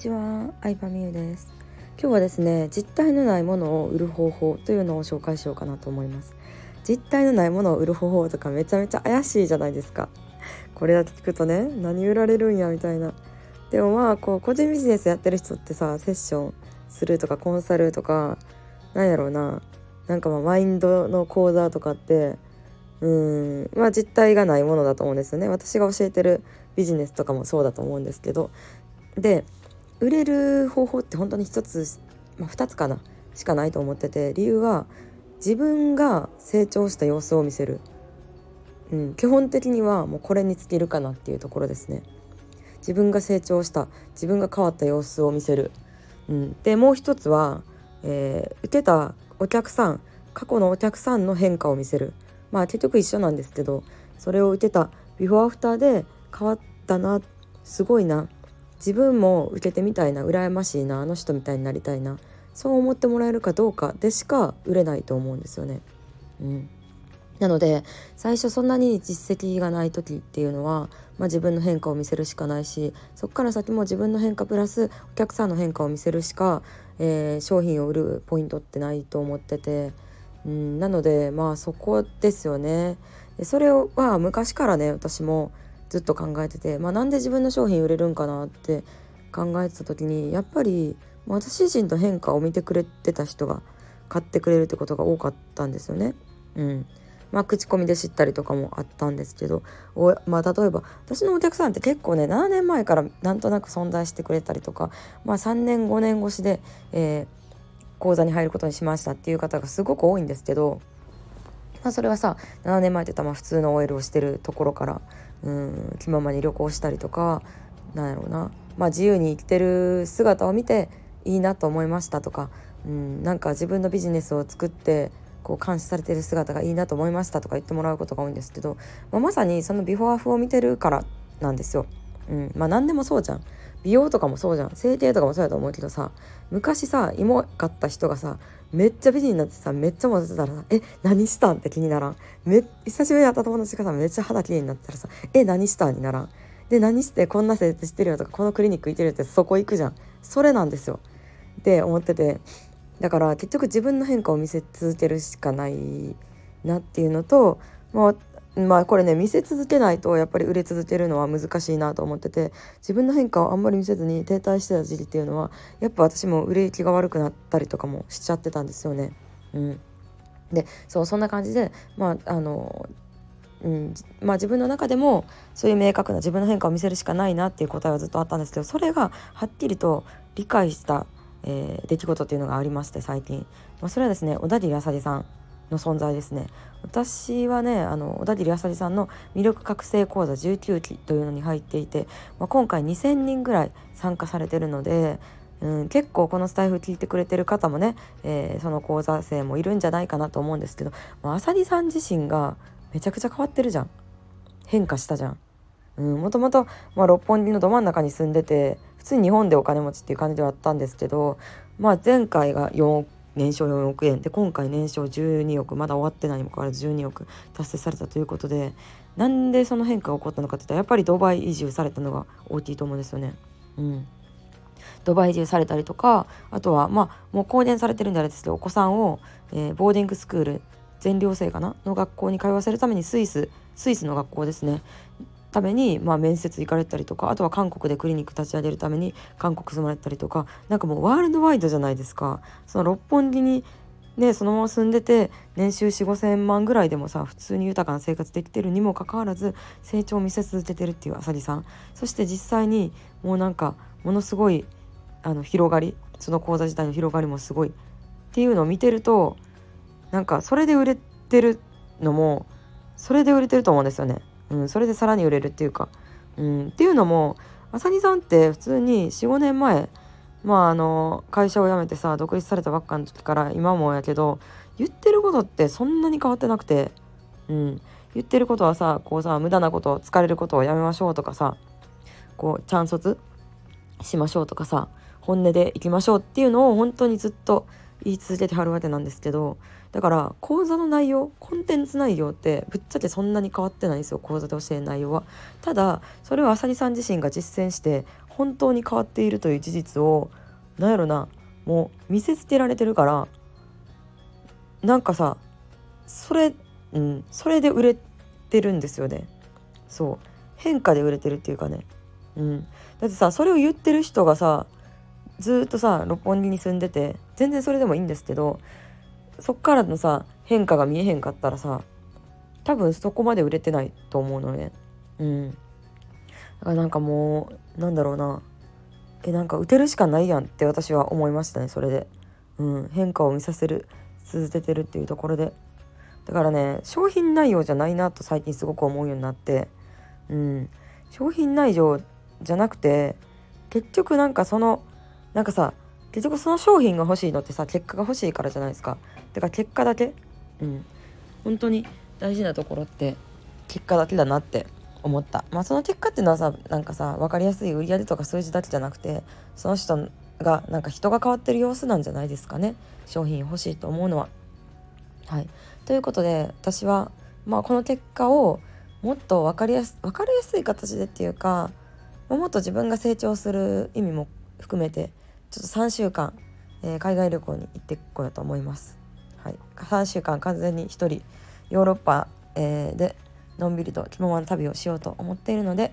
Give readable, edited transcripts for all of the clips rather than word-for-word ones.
ちは、相葉美優です。今日はですね、実体のないものを売る方法というのを紹介しようかなと思います。実体のないものを売る方法とかめちゃめちゃ怪しいじゃないですか。これだけ聞くとね、何売られるんやみたいな。でもこう個人ビジネスやってる人ってさ、セッションするとかコンサルとか、なんやろうな、マインドの講座とかって実体がないものだと思うんですよね。私が教えてるビジネスとかもそうだと思うんですけど、で売れる方法って本当に一つ、二つかなしかないと思ってて、理由は自分が成長した様子を見せる、基本的にはもうこれに尽きるかなっていうところですね。自分が成長した、自分が変わった様子を見せる、でもう一つは、受けたお客さん、過去のお客さんの変化を見せる。結局一緒なんですけど、それを受けたビフォーアフターで変わったな、すごいな、自分も受けてみたいな、羨ましいな、あの人みたいになりたいな、そう思ってもらえるかどうかでしか売れないと思うんですよね。なので最初そんなに実績がない時っていうのは、自分の変化を見せるしかないし、そこから先も自分の変化プラスお客さんの変化を見せるしか、商品を売るポイントってないと思ってて、なのでそこですよね。でそれは昔からね、私もずっと考えてて、なんで自分の商品売れるんかなって考えてた時に、やっぱり私自身の変化を見てくれてた人が買ってくれるってことが多かったんですよね。口コミで知ったりとかもあったんですけど、例えば私のお客さんって結構ね、7年前からなんとなく存在してくれたりとか、3年5年越しで、講座に入ることにしましたっていう方がすごく多いんですけど、それはさ、7年前って言ったら普通の OL をしてるところから気ままに旅行したりとか、なんやろうな、自由に生きてる姿を見ていいなと思いましたとか、自分のビジネスを作ってこう監視されてる姿がいいなと思いましたとか言ってもらうことが多いんですけど、まさにそのビフォーアフを見てるからなんですよ。何でもそうじゃん。美容とかもそうじゃん。整形とかもそうやと思うけどさ、昔さ、イモかった人がさ、めっちゃ美人になってさ、めっちゃモテてたらさ、何したんって気にならん？久しぶりに会った友達がさ、めっちゃ肌綺麗になったらさ、何したんにならん？で、何してこんな施術してるよとか、このクリニック行ってるよって、そこ行くじゃん。それなんですよって思ってて、だから結局自分の変化を見せ続けるしかないなっていうのと、これね、見せ続けないとやっぱり売れ続けるのは難しいなと思ってて、自分の変化をあんまり見せずに停滞してた時期っていうのは、やっぱ私も売れ行きが悪くなったりとかもしちゃってたんですよね。で、そんな感じで、自分の中でもそういう明確な自分の変化を見せるしかないなっていう答えはずっとあったんですけど、それがはっきりと理解した、出来事っていうのがありまして、最近、それはですね、小田切あさりさんの存在ですね。私はね、小田切あさりさんの魅力覚醒講座19期というのに入っていて、今回2000人ぐらい参加されてるので、結構このスタイフ聞いてくれてる方もね、その講座生もいるんじゃないかなと思うんですけど、あさりさん自身がめちゃくちゃ変わってるじゃん。変化したじゃん。もともと六本木のど真ん中に住んでて、普通に日本でお金持ちっていう感じではあったんですけど、前回が年商4億円で、今回年商12億、まだ終わってないにもかかわらず12億達成されたということで、なんでその変化が起こったのかって言ったら、やっぱりドバイ移住されたのが大きいと思うんですよね。ドバイ移住されたりとか、あとはもう公言されてるんであれですけど、お子さんを、ボーディングスクール、全寮制かなの学校に通わせるためにスイスの学校ですね、ために面接行かれたりとか、あとは韓国でクリニック立ち上げるために韓国住まれたりとか、もうワールドワイドじゃないですか。その六本木にね、そのまま住んでて年収4、5千万ぐらいでもさ、普通に豊かな生活できてるにもかかわらず成長を見せ続けてるっていうあさりさん。そして実際にもうものすごい広がり、その講座自体の広がりもすごいっていうのを見てると、それで売れてるのもそれで売れてると思うんですよね。それでさらに売れるっていうか、っていうのも、あさりさんって普通に4、5年前、会社を辞めてさ、独立されたばっかの時から今もやけど、言ってることってそんなに変わってなくて、言ってることはさ、無駄なこと、疲れることをやめましょうとかさ、チャン卒しましょうとかさ、本音でいきましょうっていうのを本当にずっと言い続けてはるわけなんですけど、だから講座の内容、コンテンツ内容ってぶっちゃけそんなに変わってないんですよ、講座で教える内容は。ただそれをあさりさん自身が実践して本当に変わっているという事実をなんやろな、もう見せつけられてるから、なんかさそれで売れてるんですよね。そう変化で売れてるっていうかね、だってさそれを言ってる人がさずっとさ六本木に住んでて全然それでもいいんですけど、そっからのさ変化が見えへんかったらさ多分そこまで売れてないと思うのね。だからなんかもうなんだろうな、なんか打てるしかないやんって私は思いましたね、それで。変化を見させる続けてるっていうところで、だからね商品内容じゃないなと最近すごく思うようになって、商品内容じゃなくて結局なんか結局その商品が欲しいのってさ結果が欲しいからじゃないですか。だから結果だけ、本当に大事なところって結果だけだなって思った。その結果っていうのはさなんかさ分かりやすい売り上げとか数字だけじゃなくて、その人がなんか人が変わってる様子なんじゃないですかね、商品欲しいと思うのは。ということで私は、この結果をもっと分かりやすい形でっていうか、もっと自分が成長する意味も含めてちょっと3週間、海外旅行に行ってこようと思います。3週間完全に一人ヨーロッパ、でのんびりと気ままな旅をしようと思っているので、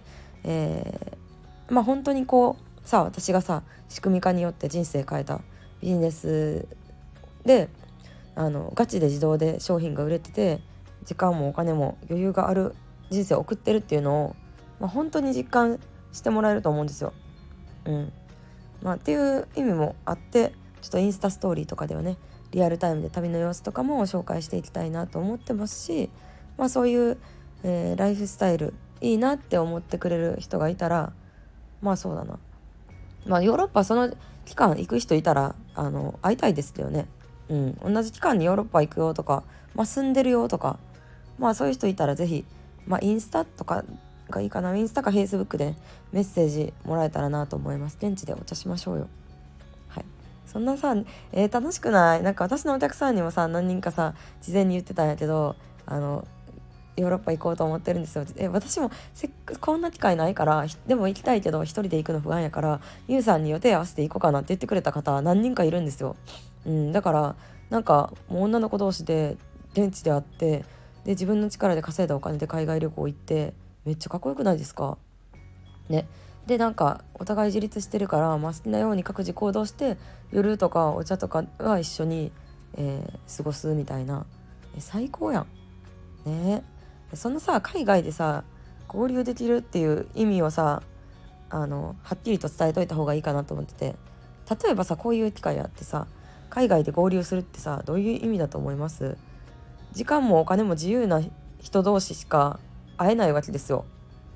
本当にこうさ私がさ仕組み化によって人生変えたビジネスでガチで自動で商品が売れてて時間もお金も余裕がある人生を送ってるっていうのを、本当に実感してもらえると思うんですよ。っていう意味もあってちょっとインスタストーリーとかではねリアルタイムで旅の様子とかも紹介していきたいなと思ってますし、そういう、ライフスタイルいいなって思ってくれる人がいたらそうだな、ヨーロッパその期間行く人いたら会いたいですよね。同じ期間にヨーロッパ行くよとか、住んでるよとか、そういう人いたらぜひ、インスタとかがいいかな、インスタかフェイスブックでメッセージもらえたらなと思います。現地でお茶しましょうよ。そんなさ、楽しくない？なんか私のお客さんにもさ何人かさ事前に言ってたんやけどヨーロッパ行こうと思ってるんですよ。私もこんな機会ないからでも行きたいけど一人で行くの不安やからゆうさんに予定合わせて行こうかなって言ってくれた方何人かいるんですよ。だからなんかもう女の子同士で現地で会ってで自分の力で稼いだお金で海外旅行行ってめっちゃかっこよくないですかね。でなんかお互い自立してるから、好きなように各自行動して夜とかお茶とかは一緒に、過ごすみたいな、最高やんね。そのさ海外でさ合流できるっていう意味をさはっきりと伝えといた方がいいかなと思ってて、例えばさこういう機会あってさ海外で合流するってさどういう意味だと思います？時間もお金も自由な人同士しか会えないわけですよ。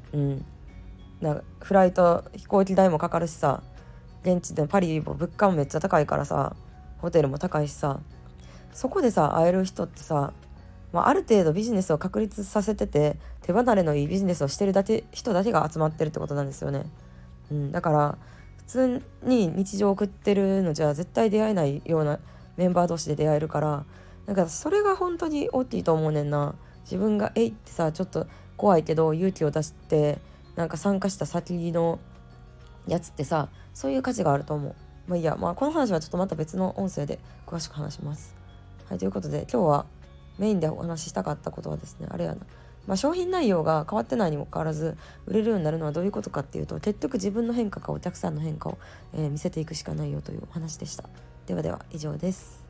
フライト飛行機代もかかるしさ、現地でパリも物価もめっちゃ高いからさホテルも高いしさ、そこでさ会える人ってさ、ある程度ビジネスを確立させてて手離れのいいビジネスをしてる人だけが集まってるってことなんですよね。だから普通に日常を送ってるのじゃ絶対出会えないようなメンバー同士で出会えるから、なんかそれが本当に大きいと思うねんな。自分がってさちょっと怖いけど勇気を出してなんか参加した先のやつってさそういう価値があると思う。いいや、この話はちょっとまた別の音声で詳しく話します。ということで今日はメインでお話ししたかったことはですね、あれやな、商品内容が変わってないにもかかわらず売れるようになるのはどういうことかっていうと、結局自分の変化かお客さんの変化を、見せていくしかないよというお話でした。ではでは以上です。